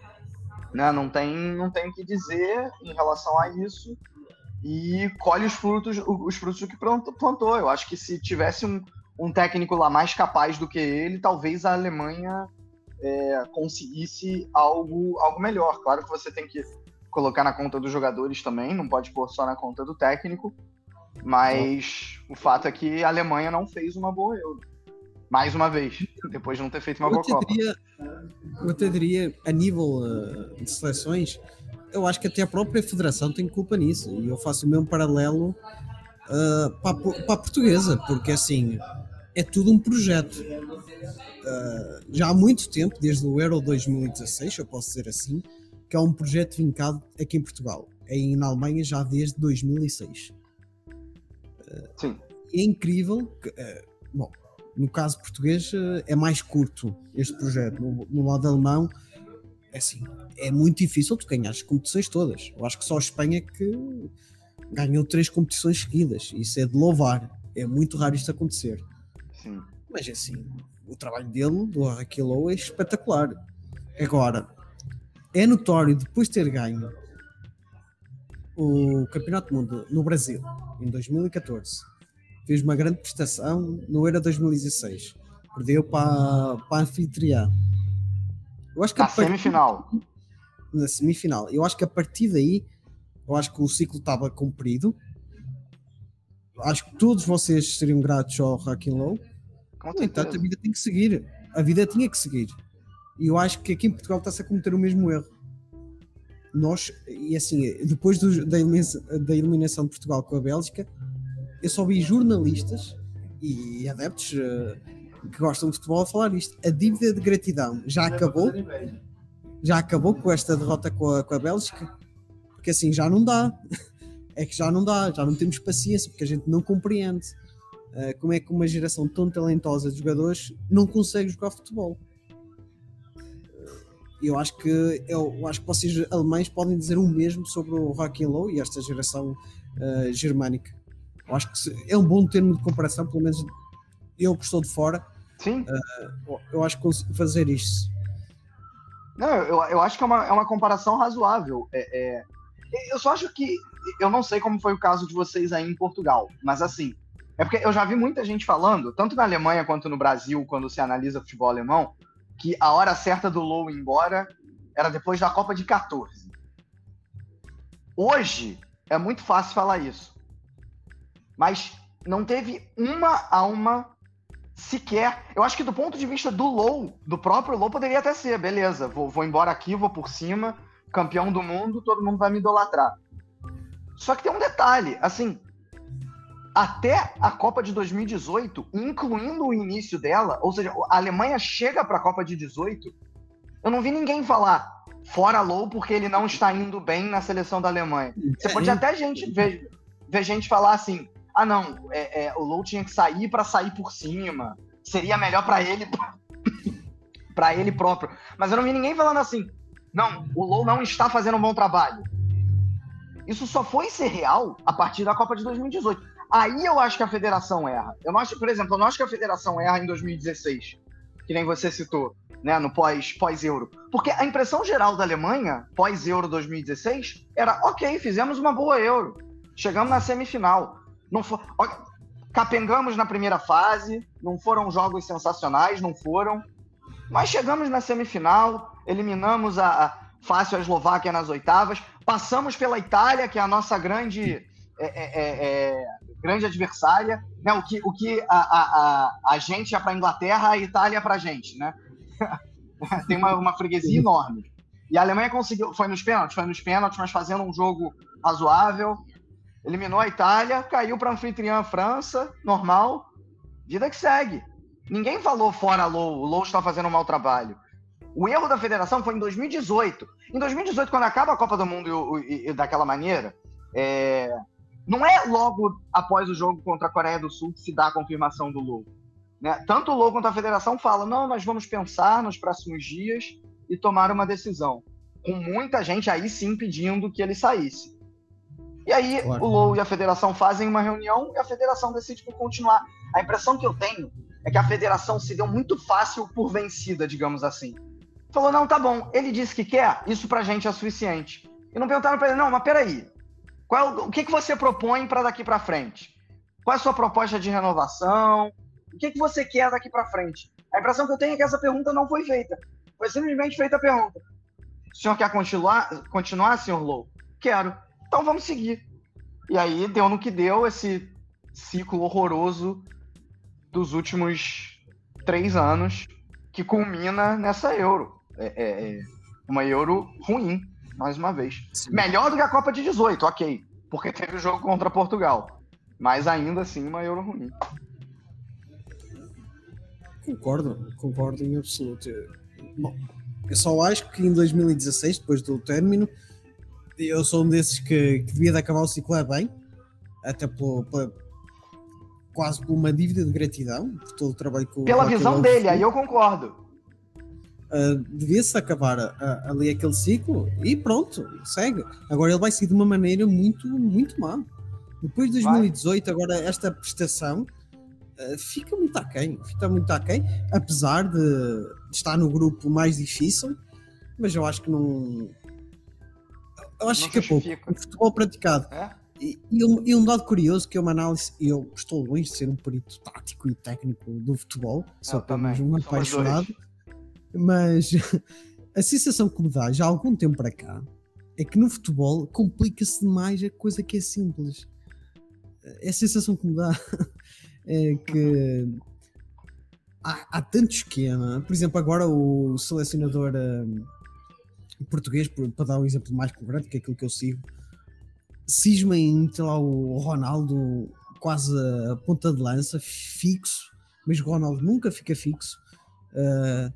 [SPEAKER 3] né, não tem, não tem o que dizer em relação a isso. E colhe os frutos, os frutos do que plantou. Eu acho que se tivesse um... um técnico lá mais capaz do que ele, talvez a Alemanha é, conseguisse algo, algo melhor. Claro que você tem que colocar na conta dos jogadores também, não pode pôr só na conta do técnico, mas o fato é que a Alemanha não fez uma boa Euro. Mais uma vez, depois de não ter feito uma boa Copa.
[SPEAKER 2] Diria, eu até diria, a nível uh, de seleções, eu acho que até a própria federação tem culpa nisso, e eu faço o mesmo paralelo uh, para, a, para a portuguesa, porque assim... é tudo um projeto. Uh, já há muito tempo, desde o Euro dois mil e dezesseis, eu posso dizer assim, que é um projeto vincado aqui em Portugal. E na Alemanha já desde dois mil e seis. Uh,
[SPEAKER 3] Sim.
[SPEAKER 2] É incrível que, uh, bom, no caso português uh, é mais curto este projeto. No, no lado alemão, é assim, é muito difícil tu ganhar as competições todas. Eu acho que só a Espanha que ganhou três competições seguidas. Isso é de louvar. É muito raro isto acontecer.
[SPEAKER 3] Sim.
[SPEAKER 2] Mas assim, o trabalho dele, do Rocky Low, é espetacular. Agora, é notório, depois de ter ganho o Campeonato do Mundo no Brasil, em dois mil e catorze, fez uma grande prestação no Euro dois mil e dezesseis. Perdeu para, para a anfitriã. Eu acho que
[SPEAKER 3] Na
[SPEAKER 2] a partir,
[SPEAKER 3] semifinal.
[SPEAKER 2] Na semifinal. Eu acho que a partir daí, eu acho que o ciclo estava cumprido. Acho que todos vocês seriam gratos ao Rocky Low. No entanto, a vida tem que seguir. A vida tinha que seguir. E eu acho que aqui em Portugal está-se a cometer o mesmo erro. Nós, e assim, depois do, da, eliminação, da eliminação de Portugal com a Bélgica, eu só vi jornalistas e adeptos uh, que gostam de futebol a falar isto. A dívida de gratidão já acabou. Já acabou com esta derrota com a, com a Bélgica. Porque assim, já não dá. É que já não dá. Já não temos paciência, porque a gente não compreende uh, como é que uma geração tão talentosa de jogadores não consegue jogar futebol. Eu acho que eu acho que vocês alemães podem dizer o mesmo sobre o Rocky Low e esta geração uh, germânica. Eu acho que é um bom termo de comparação, pelo menos eu que estou de fora.
[SPEAKER 3] Sim.
[SPEAKER 2] Uh, eu acho que consigo fazer isto.
[SPEAKER 3] Não, eu, eu acho que é uma, é uma comparação razoável. É, é, eu só acho que eu não sei como foi o caso de vocês aí em Portugal, mas assim, é porque eu já vi muita gente falando, tanto na Alemanha quanto no Brasil, quando se analisa futebol alemão, que a hora certa do Low ir embora era depois da Copa de catorze. Hoje é muito fácil falar isso. Mas não teve uma a uma sequer. Eu acho que do ponto de vista do Low, do próprio Low, poderia até ser, beleza, vou, vou embora aqui, vou por cima, campeão do mundo, todo mundo vai me idolatrar. Só que tem um detalhe, assim, até a Copa de dois mil e dezoito, incluindo o início dela, ou seja, a Alemanha chega para a Copa de dezoito, eu não vi ninguém falar fora Low porque ele não está indo bem na seleção da Alemanha. Você pode até gente ver, ver gente falar assim, ah não, é, é, o Low tinha que sair para sair por cima, seria melhor para ele, para ele próprio. Mas eu não vi ninguém falando assim, não, o Low não está fazendo um bom trabalho. Isso só foi ser real a partir da Copa de dois mil e dezoito. Aí eu acho que a federação erra. Eu não acho, por exemplo, eu não acho que a federação erra em dois mil e dezesseis, que nem você citou, né, no pós, pós-Euro. Porque a impressão geral da Alemanha, pós-Euro dois mil e dezesseis, era, ok, fizemos uma boa Euro, chegamos na semifinal. Não for, capengamos na primeira fase, não foram jogos sensacionais, não foram, mas chegamos na semifinal, eliminamos a, a fácil a Eslováquia nas oitavas, passamos pela Itália, que é a nossa grande... É, é, é, grande adversária, né? O que, o que a, a, a, a gente ia para a Inglaterra, a Itália para a gente, né? Tem uma, uma freguesia enorme. E a Alemanha conseguiu, foi nos pênaltis, foi nos pênaltis, mas fazendo um jogo razoável, eliminou a Itália, caiu para a anfitriã França, normal, vida que segue. Ninguém falou fora Low, o Low está fazendo um mau trabalho. O erro da federação foi em dois mil e dezoito. Em dois mil e dezoito, quando acaba a Copa do Mundo e, e, e daquela maneira, é... não é logo após o jogo contra a Coreia do Sul que se dá a confirmação do Low. Né? Tanto o Low quanto a federação falam, não, nós vamos pensar nos próximos dias e tomar uma decisão. Com muita gente aí sim pedindo que ele saísse. E aí claro. O Low e a federação fazem uma reunião e a federação decide por continuar. A impressão que eu tenho é que a federação se deu muito fácil por vencida, digamos assim. Falou, não, tá bom, ele disse que quer, isso pra gente é suficiente. E não perguntaram pra ele, não, mas peraí, qual, o que, que você propõe para daqui para frente? Qual é a sua proposta de renovação? O que, que você quer daqui para frente? A impressão que eu tenho é que essa pergunta não foi feita. Foi simplesmente feita a pergunta. O senhor quer continuar, continuar, senhor Low? Quero. Então vamos seguir. E aí deu no que deu esse ciclo horroroso dos últimos três anos que culmina nessa Euro. É, é, é uma Euro ruim. Mais uma vez. Sim. Melhor do que a Copa de dezoito, ok. Porque teve o jogo contra Portugal. Mas ainda assim, uma Euro ruim.
[SPEAKER 2] Concordo, concordo em absoluto. Bom, eu só acho que em dois mil e dezesseis, depois do término, eu sou um desses que, que devia de acabar o ciclo é bem, até pelo, pela, quase por uma dívida de gratidão, por todo o trabalho que o
[SPEAKER 3] Pela visão dele, fez. Aí eu concordo.
[SPEAKER 2] Uh, devia-se acabar uh, ali aquele ciclo e pronto, segue. Agora ele vai seguir de uma maneira muito, muito má. Depois de dois mil e dezoito, agora esta prestação uh, fica muito aquém, fica muito aquém, apesar de, de estar no grupo mais difícil, mas eu acho que não... Eu acho que fica pouco. O futebol praticado. É? E, e, um, e um dado curioso, que é uma análise, eu estou longe de ser um perito tático e técnico do futebol, sou apenas um apaixonado, mas a sensação que me dá já há algum tempo para cá é que no futebol complica-se demais a coisa que é simples. A sensação que me dá é que há, há tanto esquema. Por exemplo, agora o selecionador um, português, para dar um exemplo mais concreto, que é aquilo que eu sigo, cisma em ter lá o Ronaldo quase a ponta de lança, fixo, mas o Ronaldo nunca fica fixo. Uh,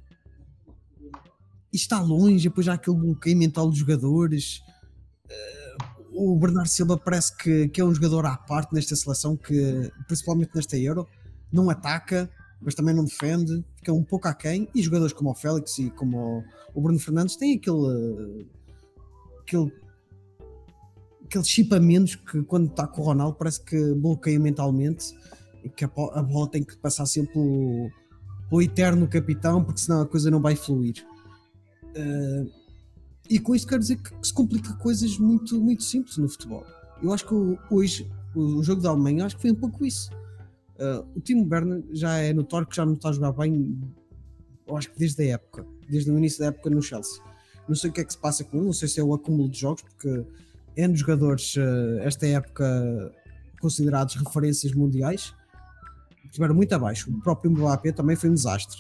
[SPEAKER 2] e está longe, depois há aquele bloqueio mental dos jogadores. Uh, o Bernardo Silva parece que, que é um jogador à parte nesta seleção, que principalmente nesta Euro não ataca, mas também não defende, fica um pouco aquém. E jogadores como o Félix e como o, o Bruno Fernandes têm aquele aquele, aquele chip a menos que quando está com o Ronaldo parece que bloqueia mentalmente e que a, a bola tem que passar sempre pelo, pelo eterno capitão, porque senão a coisa não vai fluir. Uh, e com isso quero dizer que, que se complica coisas muito, muito simples no futebol. Eu acho que hoje o, o jogo da Alemanha, acho que foi um pouco isso. Uh, o Timo Werner já é notório que já não está a jogar bem, eu acho que desde a época, desde o início da época no Chelsea. Não sei o que é que se passa com ele, não sei se é o acúmulo de jogos, porque é dos jogadores uh, esta época considerados referências mundiais, estiveram muito abaixo. O próprio Mbappé também foi um desastre.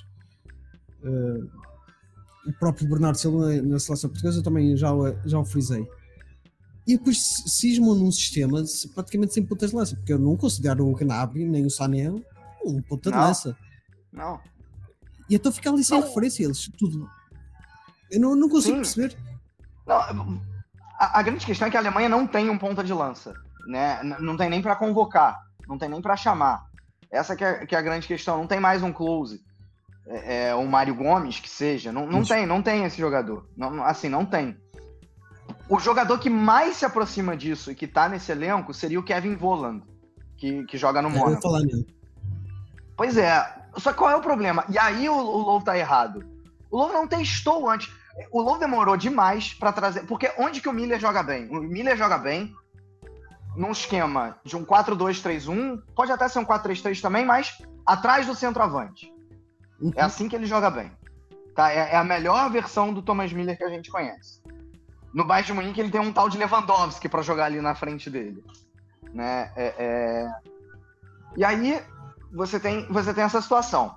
[SPEAKER 2] Uh, o próprio Bernardo Silva na seleção portuguesa também já, já o frisei. E depois cismam num sistema praticamente sem pontas de lança, porque eu não considero o Gnabry nem o Sané um ponta de lança.
[SPEAKER 3] Não.
[SPEAKER 2] E então fica ali sem não. referência, eles tudo. Eu não, não consigo Sim. perceber.
[SPEAKER 3] Não, a, a grande questão é que a Alemanha não tem um ponta de lança, né? Não tem nem para convocar, não tem nem para chamar. Essa que é, que é a grande questão. Não tem mais um close. É, é, o Mário Gomes, que seja, não, não tem, não tem esse jogador, não, assim, não tem. O jogador que mais se aproxima disso e que tá nesse elenco seria o Kevin Volland, que, que joga no Mônaco. Eu ia falar nele. Pois é, só que qual é o problema? E aí o, o Low tá errado. O Low não testou antes, o Low demorou demais pra trazer, porque onde que o Miller joga bem? O Miller joga bem num esquema de um quatro dois três um, pode até ser um quatro três três também, mas atrás do centroavante. Uhum. É assim que ele joga bem. Tá? É, é a melhor versão do Thomas Miller que a gente conhece. No Bayern de Munique ele tem um tal de Lewandowski para jogar ali na frente dele. Né? É, é... E aí você tem, você tem essa situação.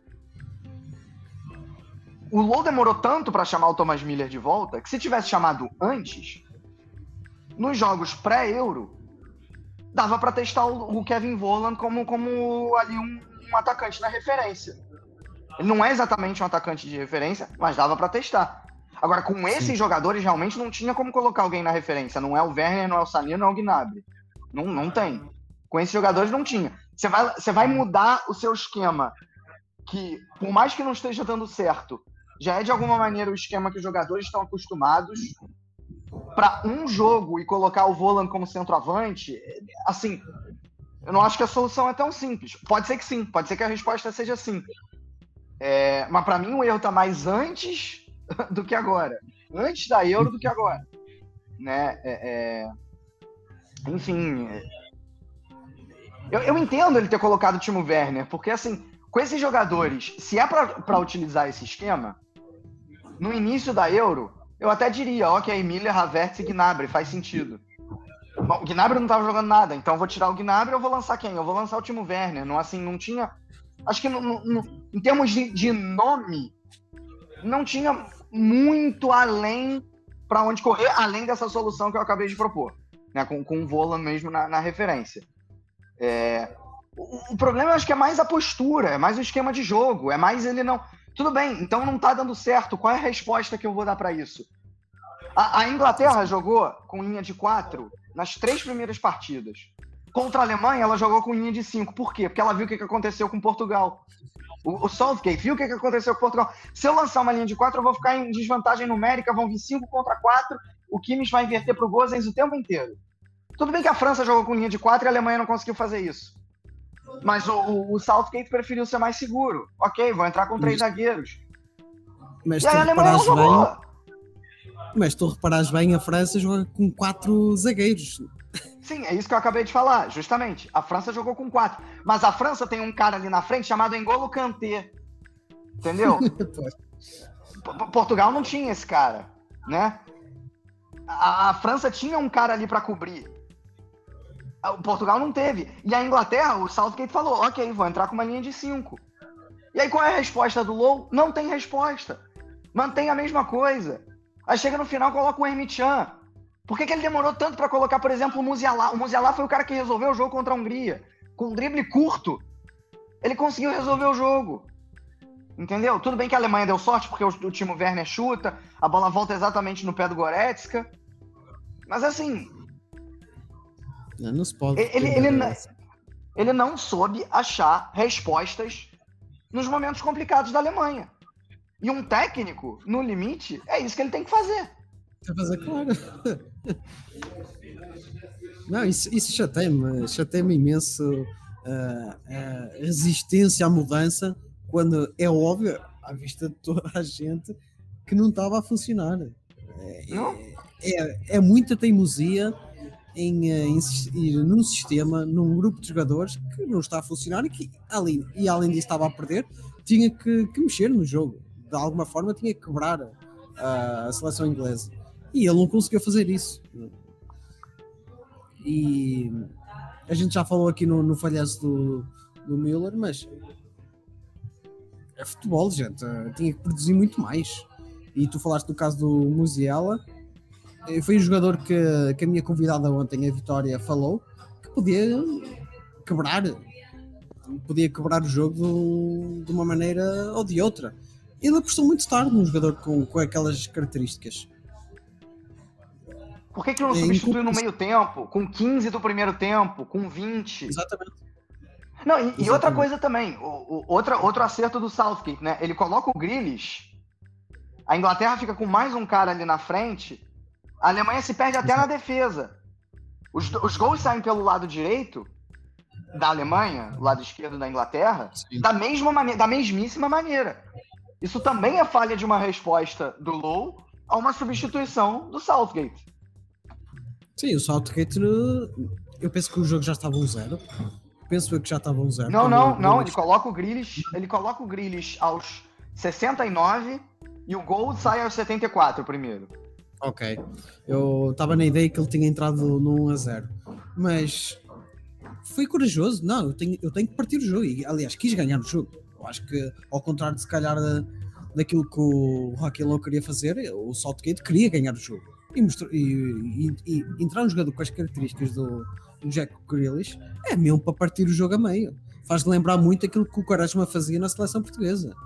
[SPEAKER 3] O Low demorou tanto para chamar o Thomas Miller de volta que se tivesse chamado antes, nos jogos pré-Euro, dava para testar o, o Kevin Volland como, como ali um, um atacante na referência. Ele não é exatamente um atacante de referência, mas dava pra testar. Agora, com esses Sim. jogadores, realmente não tinha como colocar alguém na referência. Não é o Werner, não é o Sané, não é o Gnabry. Não, não tem. Com esses jogadores não tinha. Você vai, você vai mudar o seu esquema, que, por mais que não esteja dando certo, já é de alguma maneira o esquema que os jogadores estão acostumados, para um jogo e colocar o Volland como centroavante, assim, eu não acho que a solução é tão simples. Pode ser que sim, pode ser que a resposta seja sim. É, mas para mim o erro tá mais antes do que agora. Antes da Euro do que agora. Né? É, é... Enfim. É... Eu, eu entendo ele ter colocado o Timo Werner, porque assim, com esses jogadores, se é para utilizar esse esquema, no início da Euro, eu até diria, ok, Miller, Havertz e Gnabry, faz sentido. Bom, o Gnabry não tava jogando nada, então eu vou tirar o Gnabry e eu vou lançar quem? Eu vou lançar o Timo Werner. Não, assim, não tinha... Acho que no, no, em termos de, de nome, não tinha muito além para onde correr, além dessa solução que eu acabei de propor, né? com, com o Volland mesmo na, na referência. É, o, o problema eu acho que é mais a postura, é mais o esquema de jogo, é mais ele não... Tudo bem, então não tá dando certo, qual é a resposta que eu vou dar para isso? A, a Inglaterra jogou com linha de quatro nas três primeiras partidas. Contra a Alemanha, ela jogou com linha de cinco. Por quê? Porque ela viu o que aconteceu com Portugal. O, o Southgate viu o que aconteceu com Portugal. Se eu lançar uma linha de quatro, eu vou ficar em desvantagem numérica, vão vir cinco contra quatro, o Kimmich vai inverter pro Gosens o tempo inteiro. Tudo bem que a França jogou com linha de quatro e a Alemanha não conseguiu fazer isso. Mas o, o, o Southgate preferiu ser mais seguro. Ok, vou entrar com três zagueiros.
[SPEAKER 2] Mas
[SPEAKER 3] e aí
[SPEAKER 2] tu
[SPEAKER 3] a Alemanha não
[SPEAKER 2] reparares
[SPEAKER 3] jogou.
[SPEAKER 2] bem, mas tu reparares bem, a França joga com quatro zagueiros.
[SPEAKER 3] Sim, é isso que eu acabei de falar, justamente. A França jogou com quatro. Mas a França tem um cara ali na frente chamado N'Golo Kanté. Entendeu? P- Portugal não tinha esse cara, né? A, a França tinha um cara ali pra cobrir. O Portugal não teve. E a Inglaterra, o Southgate falou, ok, vou entrar com uma linha de cinco. E aí qual é a resposta do Low? Não tem resposta. Mantém a mesma coisa. Aí chega no final, coloca o Hermichan. Por que, que ele demorou tanto pra colocar, por exemplo, o Musiala? O Musiala foi o cara que resolveu o jogo contra a Hungria. Com um drible curto, ele conseguiu resolver o jogo. Entendeu? Tudo bem que a Alemanha deu sorte, porque o, o Timo Werner chuta, a bola volta exatamente no pé do Goretzka. Mas assim...
[SPEAKER 2] Não, não se pode.
[SPEAKER 3] Ele, ele, ele, ele não soube achar respostas nos momentos complicados da Alemanha. E um técnico, no limite, é isso que ele tem que fazer.
[SPEAKER 2] Tem que fazer, claro. Não, isso, isso chateia-me, chateia-me imenso uh, a resistência à mudança, quando é óbvio, à vista de toda a gente, que não estava a funcionar. É, é, é muita teimosia em, em insistir num sistema, num grupo de jogadores que não está a funcionar e que, além, e além disso, estava a perder, tinha que, que mexer no jogo. De alguma forma, tinha que quebrar uh, a seleção inglesa. E ele não conseguiu fazer isso. E a gente já falou aqui no, no falhanço do, do Müller, mas é futebol, gente. Tinha que produzir muito mais. E tu falaste do caso do Musiala. Foi um jogador que, que a minha convidada ontem, a Vitória, falou que podia quebrar podia quebrar o jogo de, de uma maneira ou de outra. Ele apostou muito tarde num jogador com, com aquelas características.
[SPEAKER 3] Por que, que não
[SPEAKER 2] É
[SPEAKER 3] substituiu no
[SPEAKER 2] incompre-
[SPEAKER 3] meio tempo? Com quinze do primeiro tempo? Com vinte?
[SPEAKER 2] Exatamente.
[SPEAKER 3] Não, e, e outra
[SPEAKER 2] Exatamente.
[SPEAKER 3] coisa também, o, o, outra, outro acerto do Southgate, né? Ele coloca o Grealish, a Inglaterra fica com mais um cara ali na frente, a Alemanha se perde até
[SPEAKER 2] Exato.
[SPEAKER 3] na defesa. Os, os gols saem pelo lado direito da Alemanha, o lado esquerdo da Inglaterra,
[SPEAKER 2] Sim.
[SPEAKER 3] da mesma maneira, da mesmíssima maneira. Isso também é falha de uma resposta do Low a uma substituição do Southgate.
[SPEAKER 2] Sim, o Southgate, eu penso que o jogo já estava um zero. Penso eu que já estava um zero.
[SPEAKER 3] Não,
[SPEAKER 2] Quando
[SPEAKER 3] não,
[SPEAKER 2] o
[SPEAKER 3] não,
[SPEAKER 2] Grealish-
[SPEAKER 3] ele coloca o Grealish, ele coloca o Grealish aos sessenta e nove e o gol sai aos setenta e quatro primeiro.
[SPEAKER 2] Ok. Eu estava na ideia que ele tinha entrado no um a zero. Mas foi corajoso. Não, eu tenho, eu tenho que partir o jogo. E, aliás, quis ganhar o jogo. Eu acho que, ao contrário de se calhar da, daquilo que o Rocky Lowe queria fazer, o Southgate queria ganhar o jogo. E, mostrou, e, e, e entrar um jogador com as características do, do Jack Grealish é mesmo para partir o jogo a meio. Faz lembrar muito aquilo que o Quaresma fazia na seleção portuguesa.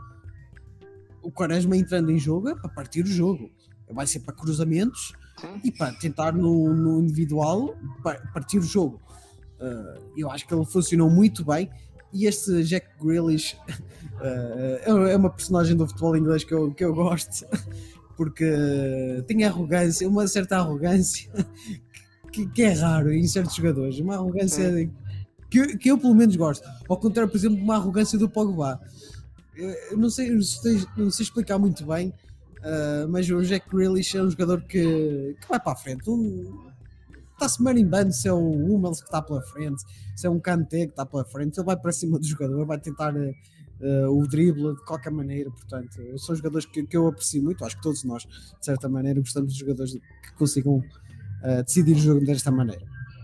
[SPEAKER 2] O Quaresma entrando em jogo é para partir o jogo. Vai ser para cruzamentos
[SPEAKER 3] Sim.
[SPEAKER 2] e para tentar no, no individual pa- partir o jogo. Uh, eu acho que ele funcionou muito bem. E este Jack Grealish uh, é uma personagem do futebol inglês que eu, que eu gosto, porque tem arrogância, uma certa arrogância que, que é raro em certos jogadores, uma arrogância que, que eu pelo menos gosto, ao contrário, por exemplo, de uma arrogância do Pogba. Eu não sei, não sei, não sei explicar muito bem, uh, mas o Jack Grealish é um jogador que, que vai para a frente, um, está-se marimbando se é o Hummels que está pela frente, se é um Kanté que está pela frente, ele vai para cima do jogador, vai tentar uh, uh, o drible de qualquer maneira. Portanto, são jogadores que, que eu aprecio muito. Acho que todos nós, de certa maneira, gostamos de jogadores que consigam uh, decidir o jogo desta maneira.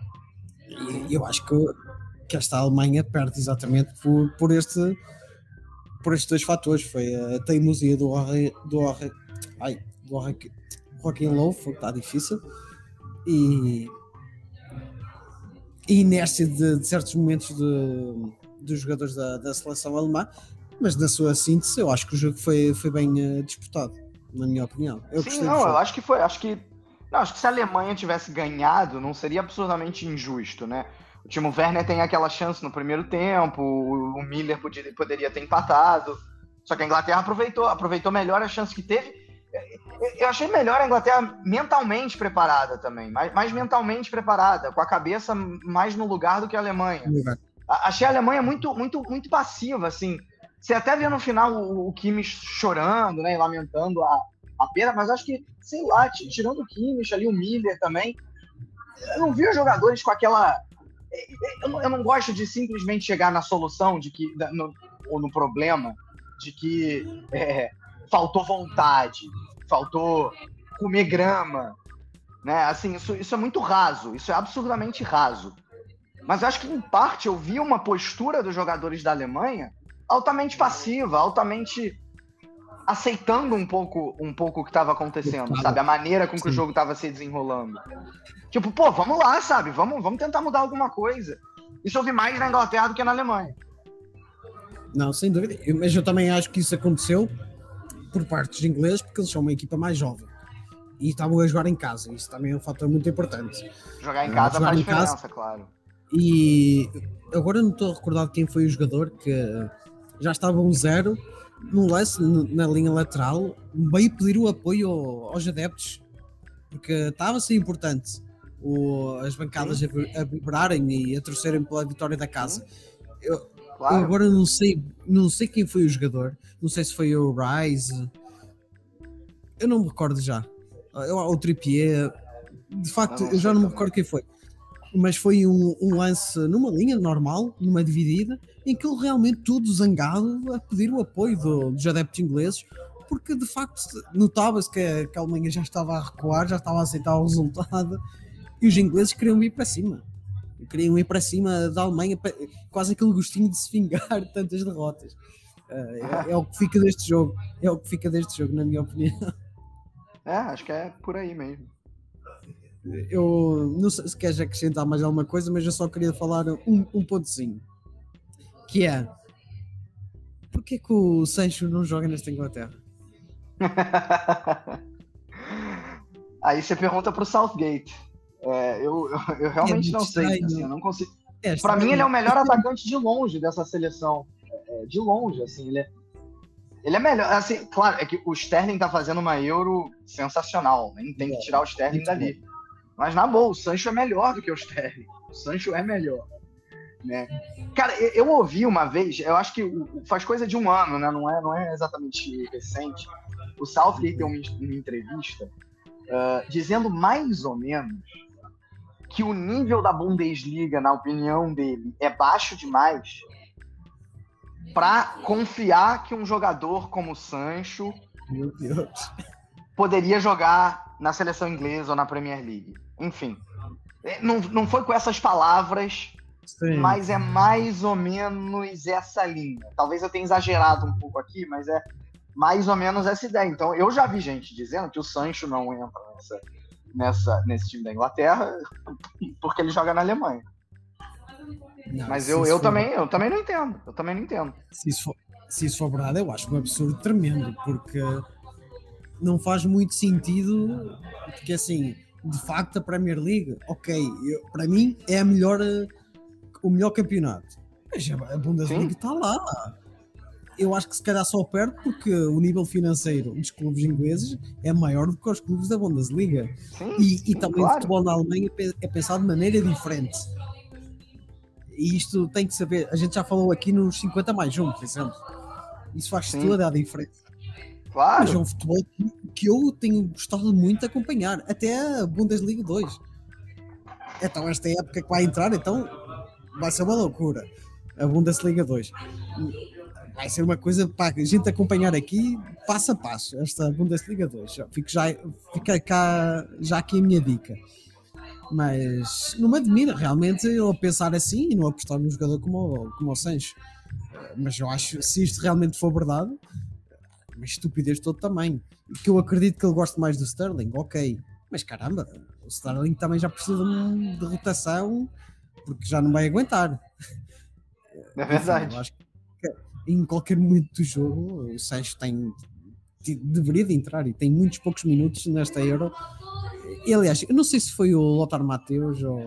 [SPEAKER 2] E eu acho que, que esta Alemanha perde exatamente por, por, este, por estes dois fatores. Foi a teimosia do Rocky, do Rocky, ai, do Rocky, Rocky Lowe, foi que está difícil, e e inércia de, de certos momentos de, dos jogadores da, da seleção alemã, mas na sua síntese eu acho que o jogo foi, foi bem uh, disputado, na minha opinião. Eu
[SPEAKER 3] Sim,
[SPEAKER 2] gostei do
[SPEAKER 3] não,
[SPEAKER 2] jogo.
[SPEAKER 3] eu acho que foi, acho que, não, acho que se a Alemanha tivesse ganhado, não seria absurdamente injusto, né? O Timo Werner tem aquela chance no primeiro tempo, o, o Miller podia, poderia ter empatado, só que a Inglaterra aproveitou, aproveitou melhor a chance que teve. Eu achei melhor a Inglaterra mentalmente preparada também, mais, mais mentalmente preparada, com a cabeça mais no lugar do que a Alemanha. Achei a Alemanha muito, muito, muito passiva, assim. Você até vê no final o, o Kimmich chorando, né, e lamentando a, a perda, mas acho que, sei lá, tirando o Kimmich ali, o Miller também, eu não vi os jogadores com aquela... Eu não, eu não gosto de simplesmente chegar na solução, de que, no, ou no problema, de que é, faltou vontade, faltou comer grama, né? Assim, isso, isso é muito raso, isso é absurdamente raso. Mas acho que, em parte, eu vi uma postura dos jogadores da Alemanha altamente passiva, altamente aceitando um pouco, um pouco o que estava acontecendo, sabe? A maneira com que Sim. o jogo estava se desenrolando. Tipo, pô, vamos lá, sabe? Vamos, vamos tentar mudar alguma coisa. Isso eu vi mais na Inglaterra do que na Alemanha.
[SPEAKER 2] Não, sem dúvida. Eu, mas eu também acho que isso aconteceu por parte dos ingleses, porque eles são uma equipa mais jovem. E estavam a jogar em casa. Isso também é um fator muito importante.
[SPEAKER 3] Jogar em casa faz diferença, casa, claro.
[SPEAKER 2] E agora não estou a recordar quem foi o jogador que já estava um zero no lance, na linha lateral, veio pedir o apoio aos adeptos, porque estava a ser importante o, as bancadas a, a vibrarem e a torcerem pela vitória da casa. Eu, claro. eu agora não sei, não sei quem foi o jogador, não sei se foi o Rice, eu não me recordo já, eu, o Trippier, de facto não, não eu já não me recordo quem foi. Mas foi um, um lance numa linha normal, numa dividida, em que ele realmente todo zangado a pedir o apoio do, dos adeptos ingleses, porque de facto notava-se que a, que a Alemanha já estava a recuar, já estava a aceitar o resultado, e os ingleses queriam ir para cima. Queriam ir para cima da Alemanha, quase aquele gostinho de se vingar de tantas derrotas. É, é o que fica deste jogo, é o que fica deste jogo, na minha opinião.
[SPEAKER 3] É, acho que é por aí mesmo.
[SPEAKER 2] Eu não sei se queres acrescentar mais alguma coisa, mas eu só queria falar um, um pontozinho, que é: porquê que o Sancho não joga nesta Inglaterra?
[SPEAKER 3] Aí você pergunta pro Southgate. É, eu, eu, eu realmente é não sei, assim, eu não consigo. É, para mim ele é o melhor atacante de longe dessa seleção, é, de longe, assim, ele é, ele é melhor, assim, claro, é que o Sterling tá fazendo uma Euro sensacional, nem tem que tirar o Sterling dali. Mas, na boa, o Sancho é melhor do que o Sterling. O Sancho é melhor. Né? Cara, eu, eu ouvi uma vez, eu acho que faz coisa de um ano, né? Não é, não é exatamente recente. O Southgate deu uma, uma entrevista uh, dizendo mais ou menos que o nível da Bundesliga, na opinião dele, é baixo demais para confiar que um jogador como o Sancho
[SPEAKER 2] Meu Deus.
[SPEAKER 3] poderia jogar na seleção inglesa ou na Premier League. Enfim, não, não foi com essas palavras, Sim. mas é mais ou menos essa linha. Talvez eu tenha exagerado um pouco aqui, mas é mais ou menos essa ideia. Então, eu já vi gente dizendo que o Sancho não entra nessa, nessa, nesse time da Inglaterra porque ele joga na Alemanha. Não, mas eu, eu, for... também, eu também não entendo. Eu também não entendo.
[SPEAKER 2] Se isso for, se isso for verdade, eu acho um absurdo tremendo, porque não faz muito sentido, porque assim, de facto a Premier League, ok, eu, para mim é a melhor, o melhor campeonato, mas a Bundesliga está lá. Eu acho que se calhar só perde porque o nível financeiro dos clubes ingleses é maior do que os clubes da Bundesliga.
[SPEAKER 3] Sim,
[SPEAKER 2] e,
[SPEAKER 3] sim,
[SPEAKER 2] e também
[SPEAKER 3] claro.
[SPEAKER 2] O futebol na Alemanha é pensado de maneira diferente. E isto tem que saber, a gente já falou aqui nos cinquenta mais um, por exemplo. Isso faz sim. toda a diferença.
[SPEAKER 3] Claro.
[SPEAKER 2] Mas é um futebol que eu tenho gostado muito de acompanhar, até a Bundesliga dois. Então esta época que vai entrar, então vai ser uma loucura. A Bundesliga dois. Vai ser uma coisa para a gente acompanhar aqui, passo a passo, esta Bundesliga dois. Fico já, fica cá, já aqui a minha dica. Mas não me admira realmente eu pensar assim e não apostar num jogador como, como o Sancho. Mas eu acho, se isto realmente for verdade, uma estupidez todo tamanho. Que eu acredito que ele goste mais do Sterling, ok. Mas caramba, o Sterling também já precisa de, de rotação, porque já não vai aguentar.
[SPEAKER 3] É verdade.
[SPEAKER 2] Enfim, eu acho que em qualquer momento do jogo o Sancho tem, deveria de entrar e tem muitos poucos minutos nesta Euro. E, aliás, eu não sei se foi o Lothar Matthäus ou,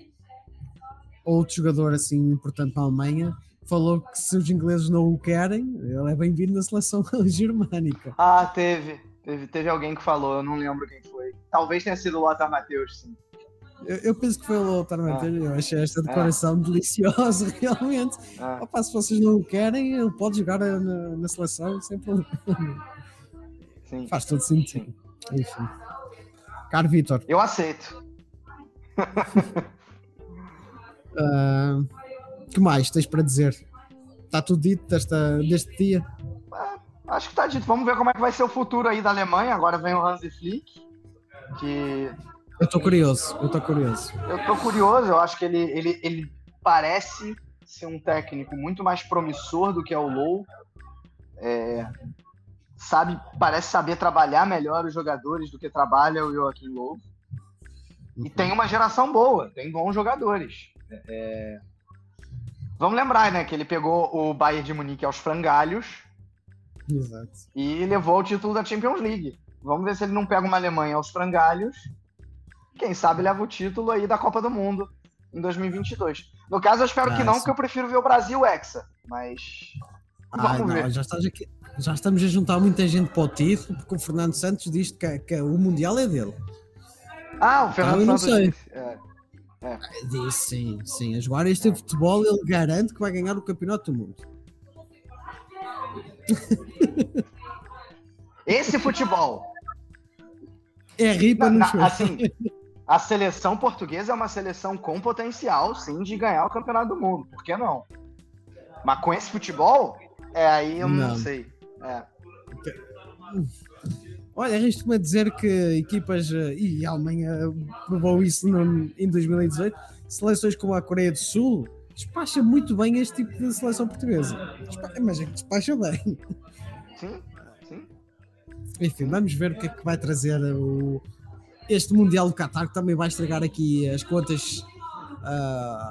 [SPEAKER 2] ou outro jogador assim importante na Alemanha, falou que se os ingleses não o querem, ele é bem-vindo na seleção germânica.
[SPEAKER 3] Ah, teve, Teve, teve alguém que falou, eu não lembro quem foi. Talvez tenha sido o Lothar Matheus, sim.
[SPEAKER 2] Eu, eu penso que foi o Lothar Matheus,
[SPEAKER 3] Ah.
[SPEAKER 2] eu achei esta declaração ah. deliciosa, realmente. Ah. Opa, se vocês não o querem, ele pode jogar na, na seleção sem problema. Sim. Faz todo sentido. Sim. Enfim. Caro Vítor.
[SPEAKER 3] Eu aceito.
[SPEAKER 2] O uh, que mais tens para dizer? Está tudo dito desta, deste dia?
[SPEAKER 3] É, acho que está dito. Vamos ver como é que vai ser o futuro aí da Alemanha. Agora vem o Hansi Flick. Que...
[SPEAKER 2] Eu estou curioso. Eu estou curioso.
[SPEAKER 3] Eu estou curioso. Eu acho que ele, ele, ele parece ser um técnico muito mais promissor do que é o Low. É, sabe, parece saber trabalhar melhor os jogadores do que trabalha o Joachim Low. E tem uma geração boa, tem bons jogadores. É... Vamos lembrar, né, que ele pegou o Bayern de Munique aos frangalhos.
[SPEAKER 2] Exato.
[SPEAKER 3] E levou o título da Champions League. Vamos ver se ele não pega uma Alemanha aos frangalhos. Quem sabe leva o título aí da Copa do Mundo em dois mil e vinte e dois. No caso, eu espero ah, que não, sim. porque eu prefiro ver o Brasil hexa. Mas
[SPEAKER 2] vamos Ai, ver. Não, já, estás aqui, já estamos a juntar muita gente para o título, porque o Fernando Santos diz que, que o Mundial é dele.
[SPEAKER 3] Ah, o Fernando
[SPEAKER 2] então,
[SPEAKER 3] Santos disse.
[SPEAKER 2] É. É. Disse, sim, sim. A jogar este futebol, ele garante que vai ganhar o Campeonato do Mundo.
[SPEAKER 3] Esse futebol
[SPEAKER 2] é ripa no chão.
[SPEAKER 3] Assim, a seleção portuguesa é uma seleção com potencial, sim, de ganhar o Campeonato do Mundo. Por que não? Mas com esse futebol, é aí eu não, não sei. É.
[SPEAKER 2] Olha, arrisco-me a dizer que equipas, e a Alemanha provou isso no, em dois mil e dezoito, seleções como a Coreia do Sul despacha muito bem este tipo de seleção portuguesa. Despacha, mas é que despacha bem.
[SPEAKER 3] Sim, sim.
[SPEAKER 2] Enfim, vamos ver o que é que vai trazer o, este Mundial do Qatar, que também vai estragar aqui as contas uh,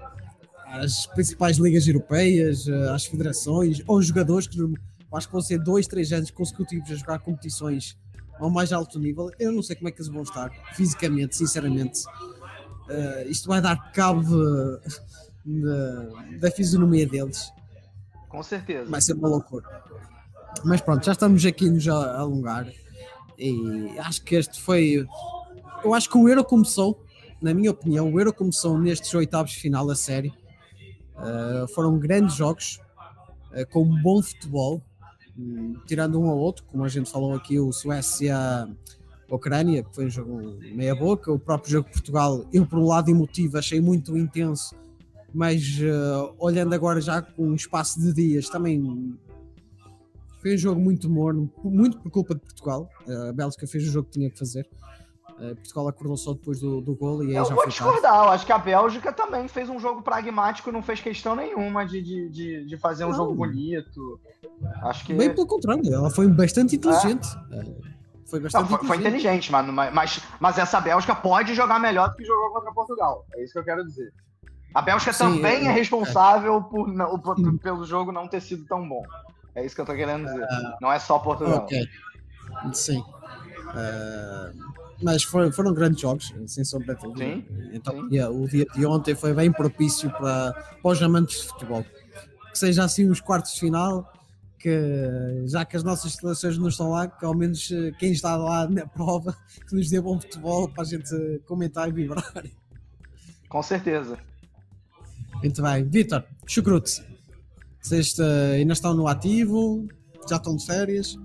[SPEAKER 2] às principais ligas europeias, uh, às federações, aos jogadores que acho que vão ser dois, três anos consecutivos a jogar competições ao mais alto nível. Eu não sei como é que eles vão estar fisicamente, sinceramente. Uh, isto vai dar cabo de, de, da fisionomia deles.
[SPEAKER 3] Com certeza.
[SPEAKER 2] Vai ser uma loucura. Mas pronto, já estamos aqui nos a alongar. E acho que este foi... Eu acho que o Euro começou, na minha opinião, o Euro começou nestes oitavos de final a série. Uh, foram grandes jogos, uh, com um bom futebol. Tirando um ao outro, como a gente falou aqui, o Suécia-Ucrânia, que foi um jogo meia boca, o próprio jogo de Portugal, eu por um lado emotivo achei muito intenso, mas uh, olhando agora já com um espaço de dias, também foi um jogo muito morno, muito por culpa de Portugal. Uh, a Bélgica fez o jogo que tinha que fazer. Uh, Portugal acordou só depois do, do golo e aí
[SPEAKER 3] eu
[SPEAKER 2] já
[SPEAKER 3] vou
[SPEAKER 2] foi
[SPEAKER 3] discordar, eu acho que a Bélgica também fez um jogo pragmático, não fez questão nenhuma de, de, de, de fazer um não. jogo bonito. Acho que...
[SPEAKER 2] Bem pelo contrário, ela foi bastante inteligente. É.
[SPEAKER 3] Foi bastante não, foi, inteligente. Foi inteligente, mas, mas, mas essa Bélgica pode jogar melhor do que jogou contra Portugal. É isso que eu quero dizer. A Bélgica Sim, também é, é responsável é. Por, por, por, pelo jogo não ter sido tão bom. É isso que eu tô querendo dizer. Uh, não é só Portugal.
[SPEAKER 2] Ok. Sim. Uh... Mas foram, foram grandes jogos, sem sombra de dúvida.
[SPEAKER 3] Sim,
[SPEAKER 2] então,
[SPEAKER 3] sim.
[SPEAKER 2] Yeah, o dia de ontem foi bem propício para, para os amantes de futebol. Que seja assim os quartos de final, que já que as nossas seleções não estão lá, que ao menos quem está lá na prova, que nos dê bom futebol para a gente comentar e vibrar.
[SPEAKER 3] Com certeza.
[SPEAKER 2] Muito bem. Vítor, chucrute. Vocês ainda estão no ativo? Já estão de férias?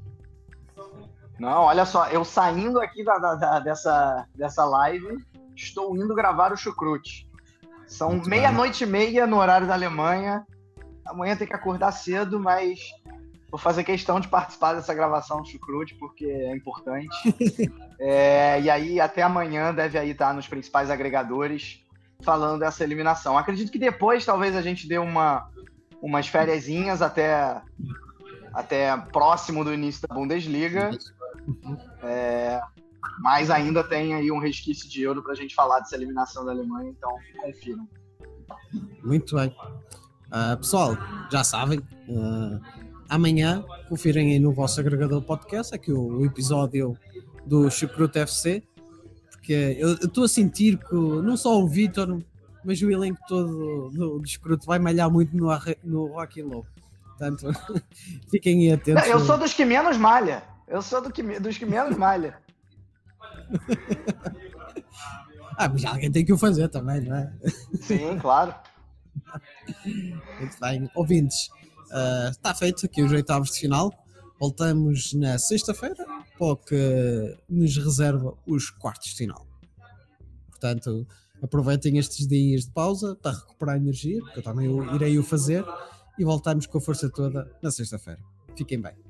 [SPEAKER 3] Não, olha só, eu saindo aqui da, da, da, dessa, dessa live, estou indo gravar o Chucrute. São meia-noite e meia no horário da Alemanha. Amanhã tem que acordar cedo, mas vou fazer questão de participar dessa gravação do Chucrute, porque é importante. é, e aí, até amanhã, deve aí estar nos principais agregadores falando dessa eliminação. Acredito que depois, talvez, a gente dê uma, umas fériasinhas até, até próximo do início da Bundesliga. É, mas ainda tem aí um resquício de Euro pra gente falar dessa eliminação da Alemanha, então confiram.
[SPEAKER 2] Muito bem. Uh, pessoal, já sabem, uh, amanhã confirem aí no vosso agregador podcast aqui o, o episódio do Chucrute F C, porque eu estou a sentir que não só o Vítor, mas o elenco todo do, do Chucrute vai malhar muito no, no Rock and Roll. Portanto, fiquem atentos.
[SPEAKER 3] Eu sou dos que menos malha. Eu sou do que, dos que menos malha.
[SPEAKER 2] Ah, mas alguém tem que o fazer também, não é?
[SPEAKER 3] Sim, claro.
[SPEAKER 2] Muito bem. Ouvintes, uh, está feito aqui os oitavos de final. Voltamos na sexta-feira para o que nos reserva os quartos de final. Portanto, aproveitem estes dias de pausa para recuperar energia, porque eu também irei o fazer, e voltamos com a força toda na sexta-feira. Fiquem bem.